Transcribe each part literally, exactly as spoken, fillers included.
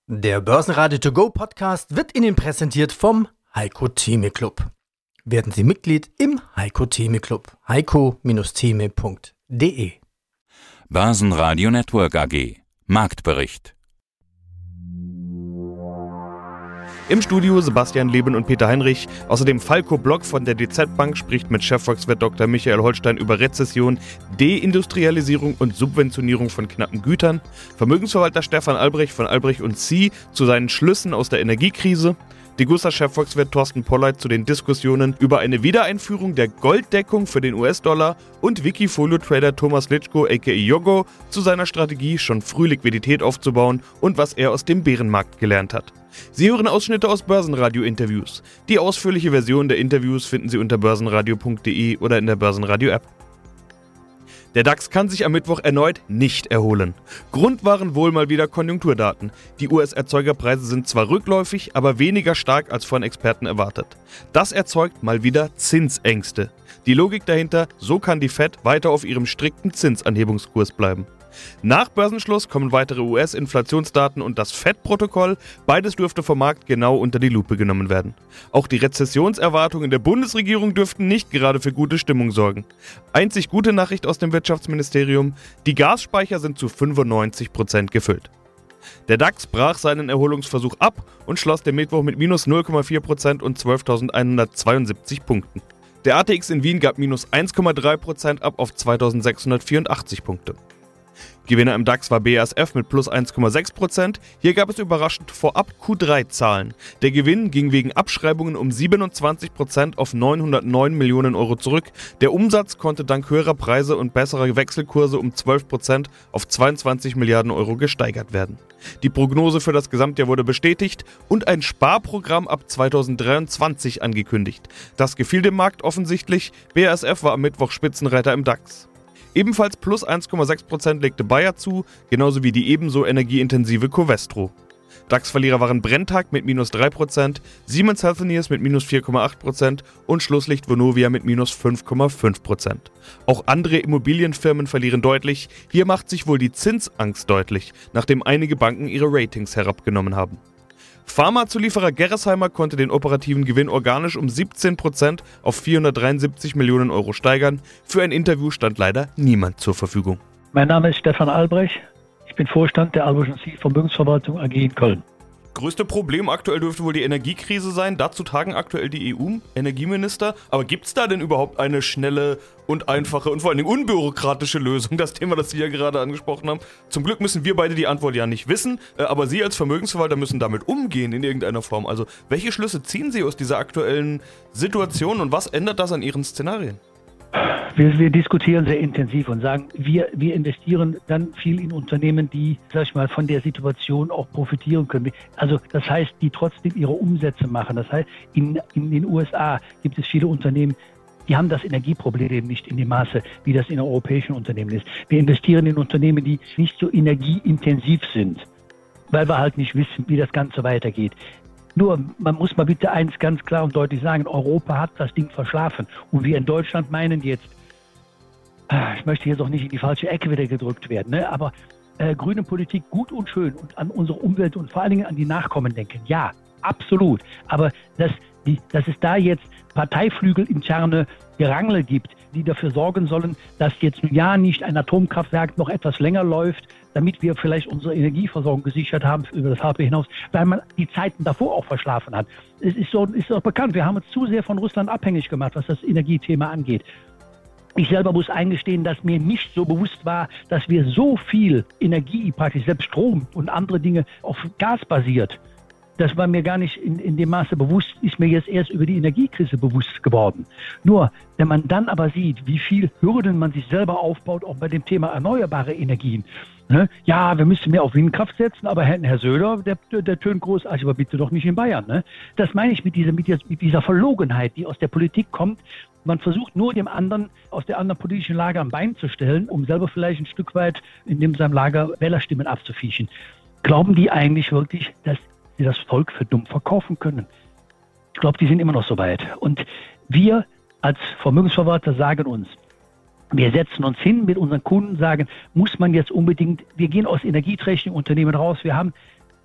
Der Börsenradio To Go Podcast wird Ihnen präsentiert vom Heiko Theme Club. Werden Sie Mitglied im Heiko Theme Club. heiko Theme punkt de. Börsenradio Network A G. Marktbericht. Im Studio Sebastian Leben und Peter Heinrich. Außerdem Falco Block von der D Z Bank spricht mit Chefvolkswirt Doktor Michael Holstein über Rezession, Deindustrialisierung und Subventionierung von knappen Gütern. Vermögensverwalter Stefan Albrecht von Albrecht und Sie zu seinen Schlüssen aus der Energiekrise. Degussa-Chefvolkswirt Thorsten Polleit zu den Diskussionen über eine Wiedereinführung der Golddeckung für den U S-Dollar und Wikifolio-Trader Thomas Litschko aka Yogo zu seiner Strategie, schon früh Liquidität aufzubauen und was er aus dem Bärenmarkt gelernt hat. Sie hören Ausschnitte aus Börsenradio-Interviews. Die ausführliche Version der Interviews finden Sie unter börsenradio punkt de oder in der Börsenradio-App. Der DAX kann sich am Mittwoch erneut nicht erholen. Grund waren wohl mal wieder Konjunkturdaten. Die U S-Erzeugerpreise sind zwar rückläufig, aber weniger stark als von Experten erwartet. Das erzeugt mal wieder Zinsängste. Die Logik dahinter, so kann die Fed weiter auf ihrem strikten Zinsanhebungskurs bleiben. Nach Börsenschluss kommen weitere U S-Inflationsdaten und das Fed-Protokoll. Beides dürfte vom Markt genau unter die Lupe genommen werden. Auch die Rezessionserwartungen der Bundesregierung dürften nicht gerade für gute Stimmung sorgen. Einzig gute Nachricht aus dem Wirtschaftsministerium: Die Gasspeicher sind zu fünfundneunzig Prozent gefüllt. Der DAX brach seinen Erholungsversuch ab und schloss den Mittwoch mit minus null Komma vier Prozent und zwölftausendeinhundertzweiundsiebzig Punkten. Der A T X in Wien gab minus eins Komma drei Prozent ab auf zweitausendsechshundertvierundachtzig Punkte. Gewinner im DAX war B A S F mit plus eins Komma sechs Prozent. Hier gab es überraschend vorab Q drei Zahlen. Der Gewinn ging wegen Abschreibungen um siebenundzwanzig Prozent auf neunhundertneun Millionen Euro zurück. Der Umsatz konnte dank höherer Preise und besserer Wechselkurse um zwölf Prozent auf zweiundzwanzig Milliarden Euro gesteigert werden. Die Prognose für das Gesamtjahr wurde bestätigt und ein Sparprogramm ab zweitausenddreiundzwanzig angekündigt. Das gefiel dem Markt offensichtlich. B A S F war am Mittwoch Spitzenreiter im DAX. Ebenfalls plus eins Komma sechs Prozent legte Bayer zu, genauso wie die ebenso energieintensive Covestro. DAX-Verlierer waren Brenntag mit minus drei Prozent, Siemens Healthineers mit minus vier Komma acht Prozent und Schlusslicht Vonovia mit minus fünf Komma fünf Prozent. Auch andere Immobilienfirmen verlieren deutlich. Hier macht sich wohl die Zinsangst deutlich, nachdem einige Banken ihre Ratings herabgenommen haben. Pharmazulieferer Gerresheimer konnte den operativen Gewinn organisch um siebzehn Prozent auf vierhundertdreiundsiebzig Millionen Euro steigern. Für ein Interview stand leider niemand zur Verfügung. Mein Name ist Stefan Albrecht. Ich bin Vorstand der Albrecht und Sie Vermögensverwaltung A G in Köln. Größte Problem aktuell dürfte wohl die Energiekrise sein. Dazu tagen aktuell die E U-Energieminister. Aber gibt es da denn überhaupt eine schnelle und einfache und vor allen Dingen unbürokratische Lösung? Das Thema, das Sie ja gerade angesprochen haben. Zum Glück müssen wir beide die Antwort ja nicht wissen. Aber Sie als Vermögensverwalter müssen damit umgehen in irgendeiner Form. Also welche Schlüsse ziehen Sie aus dieser aktuellen Situation und was ändert das an Ihren Szenarien? Wir, wir diskutieren sehr intensiv und sagen, wir, wir investieren dann viel in Unternehmen, die, sag ich mal, von der Situation auch profitieren können. Also das heißt, die trotzdem ihre Umsätze machen. Das heißt, in, in den U S A gibt es viele Unternehmen, die haben das Energieproblem nicht in dem Maße, wie das in europäischen Unternehmen ist. Wir investieren in Unternehmen, die nicht so energieintensiv sind, weil wir halt nicht wissen, wie das Ganze weitergeht. Nur, man muss mal bitte eins ganz klar und deutlich sagen, Europa hat das Ding verschlafen. Und wir in Deutschland meinen jetzt, ich möchte jetzt auch nicht in die falsche Ecke wieder gedrückt werden, ne? aber äh, grüne Politik gut und schön und an unsere Umwelt und vor allen Dingen an die Nachkommen denken. Ja, absolut. Aber dass, die, dass es da jetzt Parteiflügel interne Gerangel gibt, die dafür sorgen sollen, dass jetzt nun ja nicht ein Atomkraftwerk noch etwas länger läuft, damit wir vielleicht unsere Energieversorgung gesichert haben über das Halbjahr hinaus, weil man die Zeiten davor auch verschlafen hat. Es ist so, ist doch bekannt, wir haben uns zu sehr von Russland abhängig gemacht, was das Energiethema angeht. Ich selber muss eingestehen, dass mir nicht so bewusst war, dass wir so viel Energie, praktisch selbst Strom und andere Dinge auf Gas basiert. Das war mir gar nicht in, in dem Maße bewusst, ist mir jetzt erst über die Energiekrise bewusst geworden. Nur, wenn man dann aber sieht, wie viel Hürden man sich selber aufbaut, auch bei dem Thema erneuerbare Energien. Ne? Ja, wir müssen mehr auf Windkraft setzen, aber Herr, Herr Söder, der, der, der tönt groß, also aber bitte doch nicht in Bayern. Ne? Das meine ich mit dieser, mit, dieser, mit dieser Verlogenheit, die aus der Politik kommt. Man versucht nur dem anderen aus der anderen politischen Lager am Bein zu stellen, um selber vielleicht ein Stück weit in dem seinem Lager Wählerstimmen abzufischen. Glauben die eigentlich wirklich, dass sie das Volk für dumm verkaufen können? Ich glaube, die sind immer noch so weit. Und wir als Vermögensverwalter sagen uns, wir setzen uns hin mit unseren Kunden, sagen, muss man jetzt unbedingt, wir gehen aus energieträchtigen Unternehmen raus, wir haben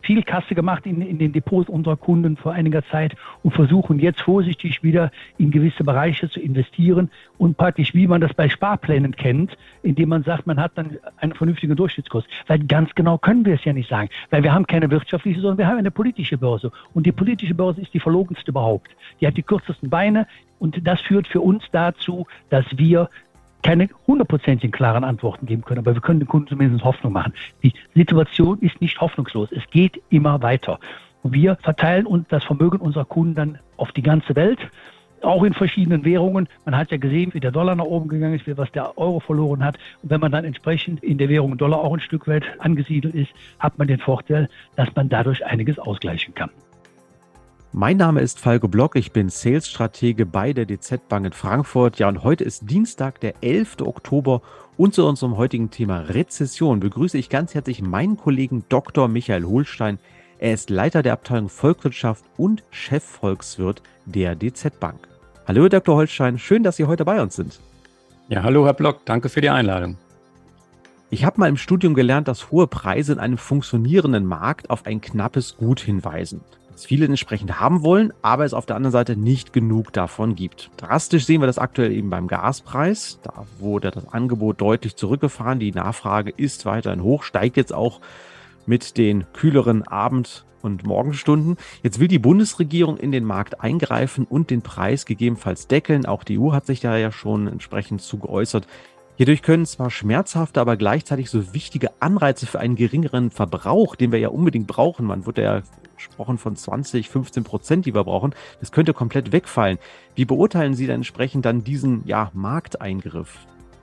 viel Kasse gemacht in, in den Depots unserer Kunden vor einiger Zeit und versuchen jetzt vorsichtig wieder in gewisse Bereiche zu investieren und praktisch, wie man das bei Sparplänen kennt, indem man sagt, man hat dann einen vernünftigen Durchschnittskurs. Weil ganz genau können wir es ja nicht sagen, weil wir haben keine wirtschaftliche, sondern wir haben eine politische Börse. Und die politische Börse ist die verlogenste überhaupt. Die hat die kürzesten Beine und das führt für uns dazu, dass wir keine hundertprozentigen klaren Antworten geben können, aber wir können den Kunden zumindest Hoffnung machen. Die Situation ist nicht hoffnungslos. Es geht immer weiter. Und wir verteilen uns das Vermögen unserer Kunden dann auf die ganze Welt, auch in verschiedenen Währungen. Man hat ja gesehen, wie der Dollar nach oben gegangen ist, wie was der Euro verloren hat. Und wenn man dann entsprechend in der Währung Dollar auch ein Stück weit angesiedelt ist, hat man den Vorteil, dass man dadurch einiges ausgleichen kann. Mein Name ist Falco Block, ich bin Sales-Stratege bei der D Z Bank in Frankfurt. Ja, und heute ist Dienstag, der elfter Oktober und zu unserem heutigen Thema Rezession begrüße ich ganz herzlich meinen Kollegen Doktor Michael Holstein. Er ist Leiter der Abteilung Volkswirtschaft und Chefvolkswirt der D Z Bank. Hallo Herr Doktor Holstein, schön, dass Sie heute bei uns sind. Ja, hallo Herr Block, danke für die Einladung. Ich habe mal im Studium gelernt, dass hohe Preise in einem funktionierenden Markt auf ein knappes Gut hinweisen. Dass viele entsprechend haben wollen, aber es auf der anderen Seite nicht genug davon gibt. Drastisch sehen wir das aktuell eben beim Gaspreis. Da wurde das Angebot deutlich zurückgefahren. Die Nachfrage ist weiterhin hoch, steigt jetzt auch mit den kühleren Abend- und Morgenstunden. Jetzt will die Bundesregierung in den Markt eingreifen und den Preis gegebenenfalls deckeln. Auch die E U hat sich da ja schon entsprechend zu geäußert. Hierdurch können zwar schmerzhafte, aber gleichzeitig so wichtige Anreize für einen geringeren Verbrauch, den wir ja unbedingt brauchen, man wird ja gesprochen von zwanzig, fünfzehn Prozent, die wir brauchen, das könnte komplett wegfallen. Wie beurteilen Sie denn entsprechend dann diesen ja, Markteingriff?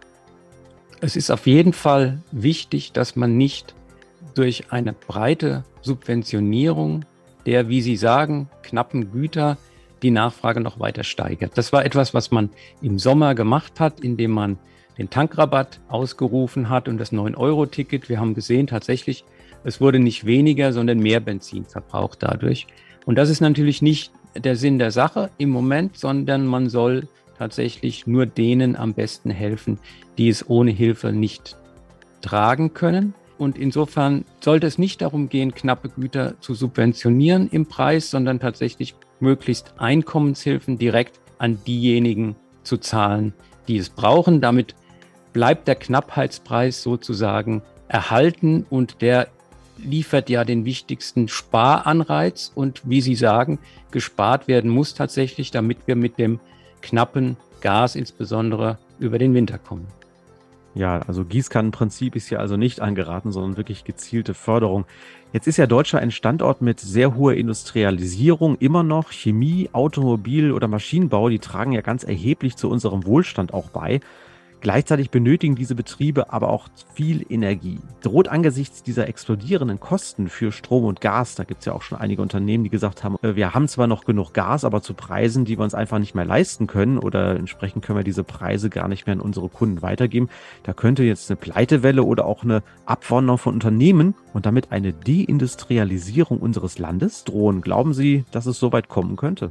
Es ist auf jeden Fall wichtig, dass man nicht durch eine breite Subventionierung der, wie Sie sagen, knappen Güter die Nachfrage noch weiter steigert. Das war etwas, was man im Sommer gemacht hat, indem man den Tankrabatt ausgerufen hat und das neun Euro Ticket. Wir haben gesehen, tatsächlich, es wurde nicht weniger, sondern mehr Benzin verbraucht dadurch. Und das ist natürlich nicht der Sinn der Sache im Moment, sondern man soll tatsächlich nur denen am besten helfen, die es ohne Hilfe nicht tragen können. Und insofern sollte es nicht darum gehen, knappe Güter zu subventionieren im Preis, sondern tatsächlich möglichst Einkommenshilfen direkt an diejenigen zu zahlen, die es brauchen. Damit bleibt der Knappheitspreis sozusagen erhalten und der liefert ja den wichtigsten Sparanreiz. Und wie Sie sagen, gespart werden muss tatsächlich, damit wir mit dem knappen Gas insbesondere über den Winter kommen. Ja, also Gießkannenprinzip ist hier also nicht angeraten, sondern wirklich gezielte Förderung. Jetzt ist ja Deutschland ein Standort mit sehr hoher Industrialisierung, immer noch Chemie, Automobil oder Maschinenbau, die tragen ja ganz erheblich zu unserem Wohlstand auch bei. Gleichzeitig benötigen diese Betriebe aber auch viel Energie. Droht angesichts dieser explodierenden Kosten für Strom und Gas, da gibt es ja auch schon einige Unternehmen, die gesagt haben, wir haben zwar noch genug Gas, aber zu Preisen, die wir uns einfach nicht mehr leisten können oder entsprechend können wir diese Preise gar nicht mehr an unsere Kunden weitergeben. Da könnte jetzt eine Pleitewelle oder auch eine Abwanderung von Unternehmen und damit eine Deindustrialisierung unseres Landes drohen. Glauben Sie, dass es so weit kommen könnte?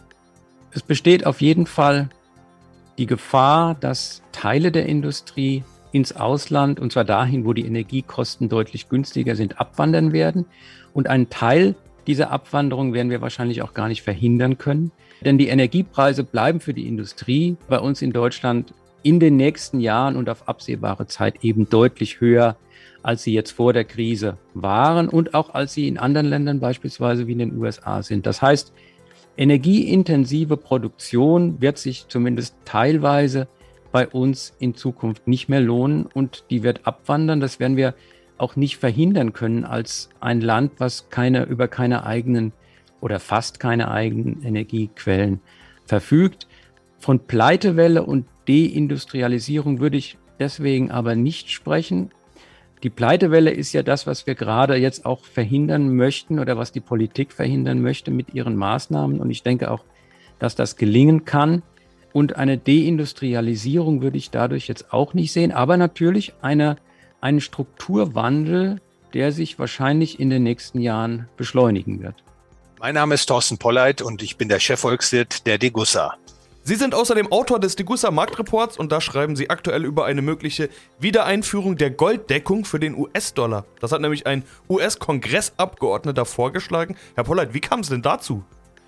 Es besteht auf jeden Fall die Gefahr, dass Teile der Industrie ins Ausland, und zwar dahin, wo die Energiekosten deutlich günstiger sind, abwandern werden. Und einen Teil dieser Abwanderung werden wir wahrscheinlich auch gar nicht verhindern können. Denn die Energiepreise bleiben für die Industrie bei uns in Deutschland in den nächsten Jahren und auf absehbare Zeit eben deutlich höher, als sie jetzt vor der Krise waren und auch als sie in anderen Ländern beispielsweise wie in den U S A sind. Das heißt, energieintensive Produktion wird sich zumindest teilweise bei uns in Zukunft nicht mehr lohnen und die wird abwandern. Das werden wir auch nicht verhindern können als ein Land, was keine, über keine eigenen oder fast keine eigenen Energiequellen verfügt. Von Pleitewelle und Deindustrialisierung würde ich deswegen aber nicht sprechen. Die Pleitewelle ist ja das, was wir gerade jetzt auch verhindern möchten oder was die Politik verhindern möchte mit ihren Maßnahmen. Und ich denke auch, dass das gelingen kann. Und eine Deindustrialisierung würde ich dadurch jetzt auch nicht sehen. Aber natürlich eine, einen Strukturwandel, der sich wahrscheinlich in den nächsten Jahren beschleunigen wird. Mein Name ist Thorsten Polleit und ich bin der Chefvolkswirt der Degussa. Sie sind außerdem Autor des Degussa Marktreports und da schreiben Sie aktuell über eine mögliche Wiedereinführung der Golddeckung für den U S-Dollar. Das hat nämlich ein U S-Kongressabgeordneter vorgeschlagen. Herr Polleit, wie kam es denn dazu?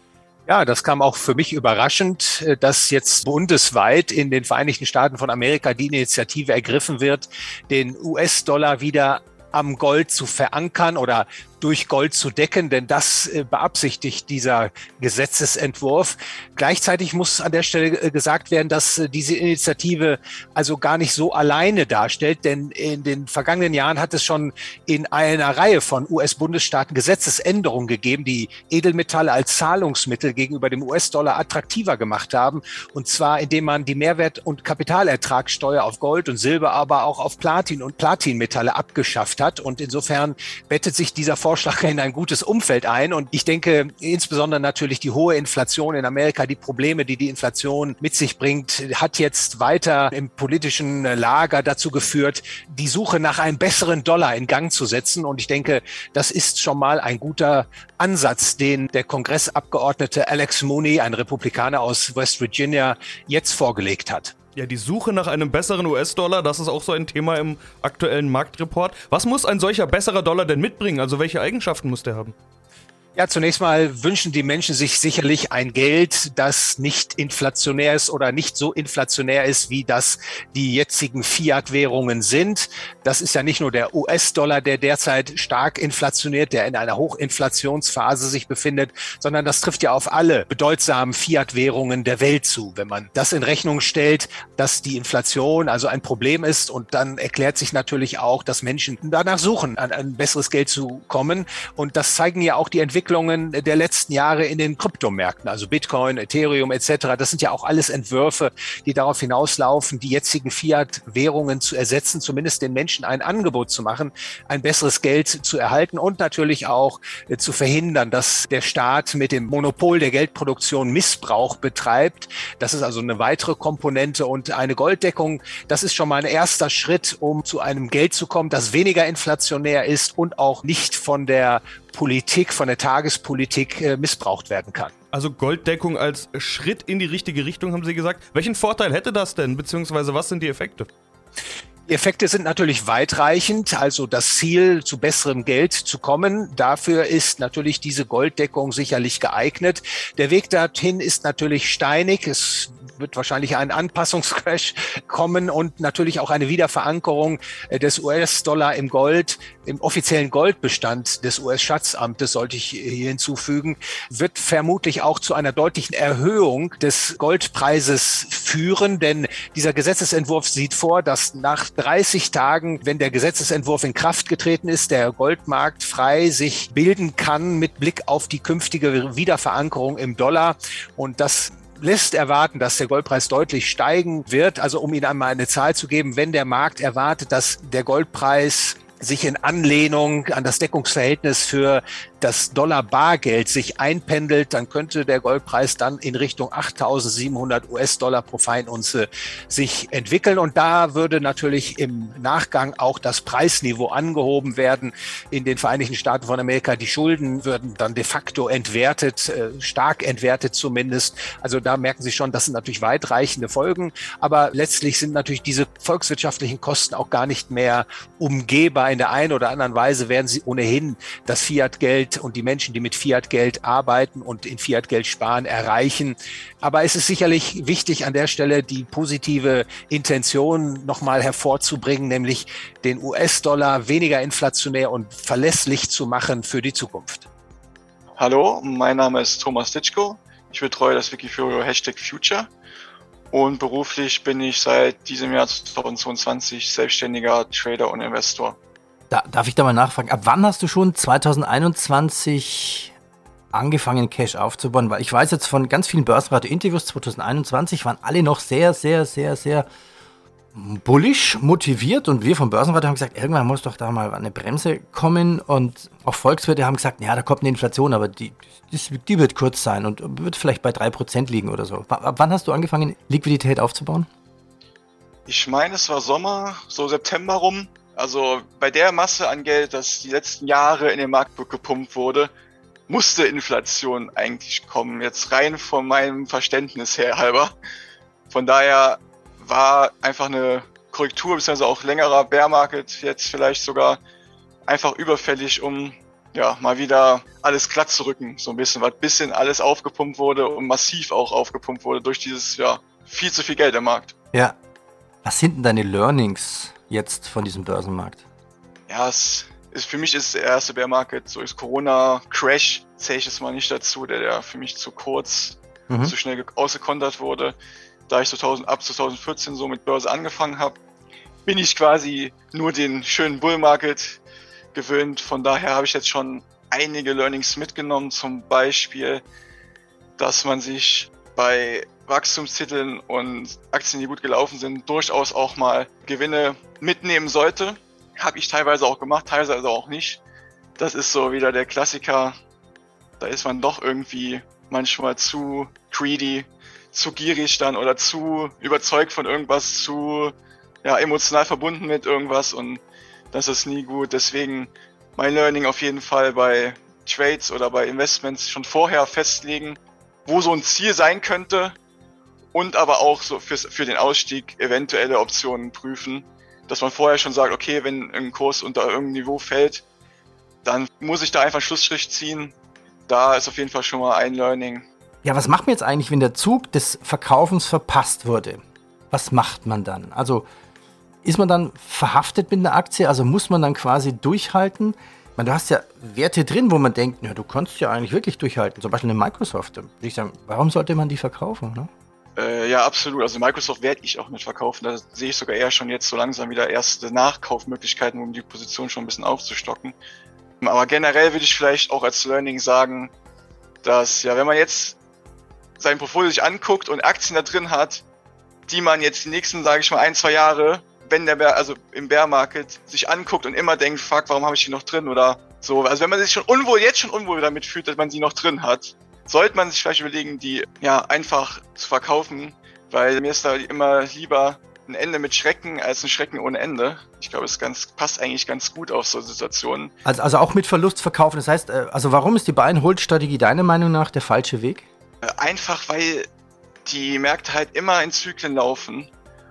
Ja, das kam auch für mich überraschend, dass jetzt bundesweit in den Vereinigten Staaten von Amerika die Initiative ergriffen wird, den U S-Dollar wieder am Gold zu verankern oder durch Gold zu decken, denn das äh, beabsichtigt dieser Gesetzesentwurf. Gleichzeitig muss an der Stelle äh, gesagt werden, dass äh, diese Initiative also gar nicht so alleine darstellt, denn in den vergangenen Jahren hat es schon in einer Reihe von U S-Bundesstaaten Gesetzesänderungen gegeben, die Edelmetalle als Zahlungsmittel gegenüber dem U S-Dollar attraktiver gemacht haben, und zwar indem man die Mehrwert- und Kapitalertragssteuer auf Gold und Silber, aber auch auf Platin und Platinmetalle abgeschafft hat, und insofern bettet sich dieser Vorschlag in ein gutes Umfeld ein. Und ich denke, insbesondere natürlich die hohe Inflation in Amerika, die Probleme, die die Inflation mit sich bringt, hat jetzt weiter im politischen Lager dazu geführt, die Suche nach einem besseren Dollar in Gang zu setzen. Und ich denke, das ist schon mal ein guter Ansatz, den der Kongressabgeordnete Alex Mooney, ein Republikaner aus West Virginia, jetzt vorgelegt hat. Ja, die Suche nach einem besseren U S-Dollar, das ist auch so ein Thema im aktuellen Marktreport. Was muss ein solcher besserer Dollar denn mitbringen? Also welche Eigenschaften muss der haben? Ja, zunächst mal wünschen die Menschen sich sicherlich ein Geld, das nicht inflationär ist oder nicht so inflationär ist, wie das die jetzigen Fiat-Währungen sind. Das ist ja nicht nur der U S-Dollar, der derzeit stark inflationiert, der in einer Hochinflationsphase sich befindet, sondern das trifft ja auf alle bedeutsamen Fiat-Währungen der Welt zu. Wenn man das in Rechnung stellt, dass die Inflation also ein Problem ist, und dann erklärt sich natürlich auch, dass Menschen danach suchen, an ein besseres Geld zu kommen. Und das zeigen ja auch die Entwicklungen der letzten Jahre in den Kryptomärkten, also Bitcoin, Ethereum et cetera. Das sind ja auch alles Entwürfe, die darauf hinauslaufen, die jetzigen Fiat-Währungen zu ersetzen, zumindest den Menschen ein Angebot zu machen, ein besseres Geld zu erhalten und natürlich auch äh, zu verhindern, dass der Staat mit dem Monopol der Geldproduktion Missbrauch betreibt. Das ist also eine weitere Komponente, und eine Golddeckung, das ist schon mal ein erster Schritt, um zu einem Geld zu kommen, das weniger inflationär ist und auch nicht von der Politik, von der Tagespolitik äh, missbraucht werden kann. Also Golddeckung als Schritt in die richtige Richtung, haben Sie gesagt. Welchen Vorteil hätte das denn, beziehungsweise was sind die Effekte? Die Effekte sind natürlich weitreichend, also das Ziel, zu besserem Geld zu kommen. Dafür ist natürlich diese Golddeckung sicherlich geeignet. Der Weg dorthin ist natürlich steinig. Es wird wahrscheinlich ein Anpassungscrash kommen und natürlich auch eine Wiederverankerung des U S-Dollar im Gold, im offiziellen Goldbestand des U S-Schatzamtes, sollte ich hier hinzufügen, wird vermutlich auch zu einer deutlichen Erhöhung des Goldpreises führen, denn dieser Gesetzesentwurf sieht vor, dass nach dreißig Tagen, wenn der Gesetzesentwurf in Kraft getreten ist, der Goldmarkt frei sich bilden kann mit Blick auf die künftige Wiederverankerung im Dollar, und das lässt erwarten, dass der Goldpreis deutlich steigen wird. Also um Ihnen einmal eine Zahl zu geben, wenn der Markt erwartet, dass der Goldpreis sich in Anlehnung an das Deckungsverhältnis für das Dollar-Bargeld sich einpendelt, dann könnte der Goldpreis dann in Richtung achttausendsiebenhundert U S-Dollar pro Feinunze sich entwickeln. Und da würde natürlich im Nachgang auch das Preisniveau angehoben werden. In den Vereinigten Staaten von Amerika, die Schulden würden dann de facto entwertet, stark entwertet zumindest. Also da merken Sie schon, das sind natürlich weitreichende Folgen. Aber letztlich sind natürlich diese volkswirtschaftlichen Kosten auch gar nicht mehr umgehbar. In der einen oder anderen Weise werden sie ohnehin das Fiat-Geld und die Menschen, die mit Fiat-Geld arbeiten und in Fiat-Geld sparen, erreichen. Aber es ist sicherlich wichtig, an der Stelle die positive Intention nochmal hervorzubringen, nämlich den U S-Dollar weniger inflationär und verlässlich zu machen für die Zukunft. Hallo, mein Name ist Thomas Ditschko. Ich betreue das Wikifolio Hashtag Future. Und beruflich bin ich seit diesem Jahr zweitausendzweiundzwanzig selbstständiger Trader und Investor. Da, darf ich da mal nachfragen, ab wann hast du schon zweitausendeinundzwanzig angefangen, Cash aufzubauen? Weil ich weiß jetzt von ganz vielen Börsenradio-Interviews zweitausendeinundzwanzig waren alle noch sehr, sehr, sehr, sehr bullish motiviert, und wir vom Börsenradio haben gesagt, irgendwann muss doch da mal eine Bremse kommen, und auch Volkswirte haben gesagt, ja, da kommt eine Inflation, aber die, die, die wird kurz sein und wird vielleicht bei drei Prozent liegen oder so. Ab wann hast du angefangen, Liquidität aufzubauen? Ich meine, es war Sommer, so September rum. Also bei der Masse an Geld, das die letzten Jahre in den Markt gepumpt wurde, musste Inflation eigentlich kommen, jetzt rein von meinem Verständnis her halber. Von daher war einfach eine Korrektur, beziehungsweise auch längerer Bear Market jetzt vielleicht sogar einfach überfällig, um ja mal wieder alles glatt zu rücken, so ein bisschen, weil ein bisschen alles aufgepumpt wurde und massiv auch aufgepumpt wurde durch dieses, ja, viel zu viel Geld im Markt. Ja. Was sind denn deine Learnings jetzt von diesem Börsenmarkt? Ja, es ist, für mich ist der erste Bear Market, so ist Corona-Crash, zähle ich es mal nicht dazu, der, der für mich zu kurz, mhm. zu schnell ausgekontert wurde. Da ich zweitausend, ab zwanzig vierzehn so mit Börse angefangen habe, bin ich quasi nur den schönen Bull Market gewöhnt. Von daher habe ich jetzt schon einige Learnings mitgenommen, zum Beispiel, dass man sich bei Wachstumstiteln und Aktien, die gut gelaufen sind, durchaus auch mal Gewinne mitnehmen sollte. Habe ich teilweise auch gemacht, teilweise auch nicht. Das ist so wieder der Klassiker. Da ist man doch irgendwie manchmal zu greedy, zu gierig dann oder zu überzeugt von irgendwas, zu ja, emotional verbunden mit irgendwas, und das ist nie gut. Deswegen mein Learning auf jeden Fall bei Trades oder bei Investments schon vorher festlegen, wo so ein Ziel sein könnte, und aber auch so fürs, für den Ausstieg eventuelle Optionen prüfen, dass man vorher schon sagt, okay, wenn ein Kurs unter irgendeinem Niveau fällt, dann muss ich da einfach einen Schlussstrich ziehen. Da ist auf jeden Fall schon mal ein Learning. Ja, was macht man jetzt eigentlich, wenn der Zug des Verkaufens verpasst wurde? Was macht man dann? Also ist man dann verhaftet mit einer Aktie? Also muss man dann quasi durchhalten? Ich meine, du hast ja Werte drin, wo man denkt, ja, du kannst ja eigentlich wirklich durchhalten. Zum Beispiel eine Microsoft. Da würde ich sagen, warum sollte man die verkaufen? Ne? Äh, ja, absolut. Also Microsoft werde ich auch nicht verkaufen. Da sehe ich sogar eher schon jetzt so langsam wieder erste Nachkaufmöglichkeiten, um die Position schon ein bisschen aufzustocken. Aber generell würde ich vielleicht auch als Learning sagen, dass, ja, wenn man jetzt sein Portfolio sich anguckt und Aktien da drin hat, die man jetzt die nächsten, sage ich mal, ein, zwei Jahre, wenn der Bär, also im Bear Market, sich anguckt und immer denkt, fuck, warum habe ich die noch drin oder so. Also wenn man sich schon unwohl, jetzt schon unwohl damit fühlt, dass man sie noch drin hat, sollte man sich vielleicht überlegen, die ja einfach zu verkaufen, weil mir ist da immer lieber ein Ende mit Schrecken als ein Schrecken ohne Ende. Ich glaube, es ganz, passt eigentlich ganz gut auf so Situationen. Also, also auch mit Verlust verkaufen. Das heißt, also warum ist die Buy-and-Hold-Strategie deiner Meinung nach der falsche Weg? Einfach, weil die Märkte halt immer in Zyklen laufen.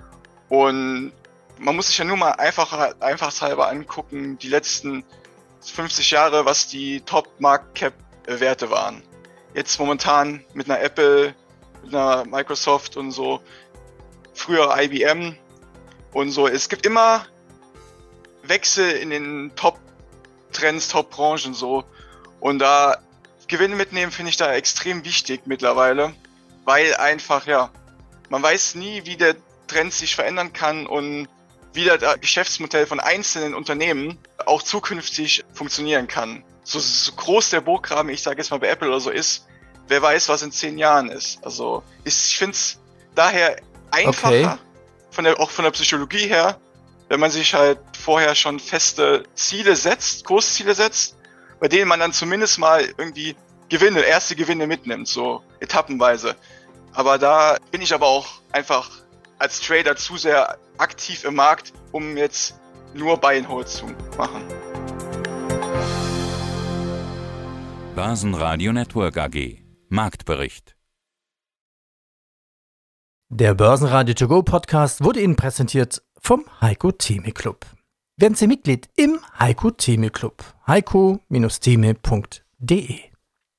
Und man muss sich ja nur mal einfach, einfachshalber angucken, die letzten fünfzig Jahre, was die Top-Market-Cap-Werte waren. Jetzt momentan mit einer Apple, mit einer Microsoft und so, früher I B M und so. Es gibt immer Wechsel in den Top-Trends, Top-Branchen so. Und da Gewinne mitnehmen finde ich da extrem wichtig mittlerweile, weil einfach, ja, man weiß nie, wie der Trend sich verändern kann und wie das Geschäftsmodell von einzelnen Unternehmen auch zukünftig funktionieren kann. So, so groß der Burggraben, ich sage jetzt mal bei Apple oder so ist, wer weiß, was in zehn Jahren ist. Also ist, ich finde es daher einfacher, okay, von der, auch von der Psychologie her, wenn man sich halt vorher schon feste Ziele setzt, Kursziele setzt, bei denen man dann zumindest mal irgendwie Gewinne, erste Gewinne mitnimmt, so etappenweise. Aber da bin ich aber auch einfach als Trader zu sehr aktiv im Markt, um jetzt nur Buy and Hold zu machen. Börsenradio Network A G. Marktbericht. Der Börsenradio To Go Podcast wurde Ihnen präsentiert vom Heiko Theme Club. Werden Sie Mitglied im Heiko Theme Club. heiko Bindestrich theme punkt de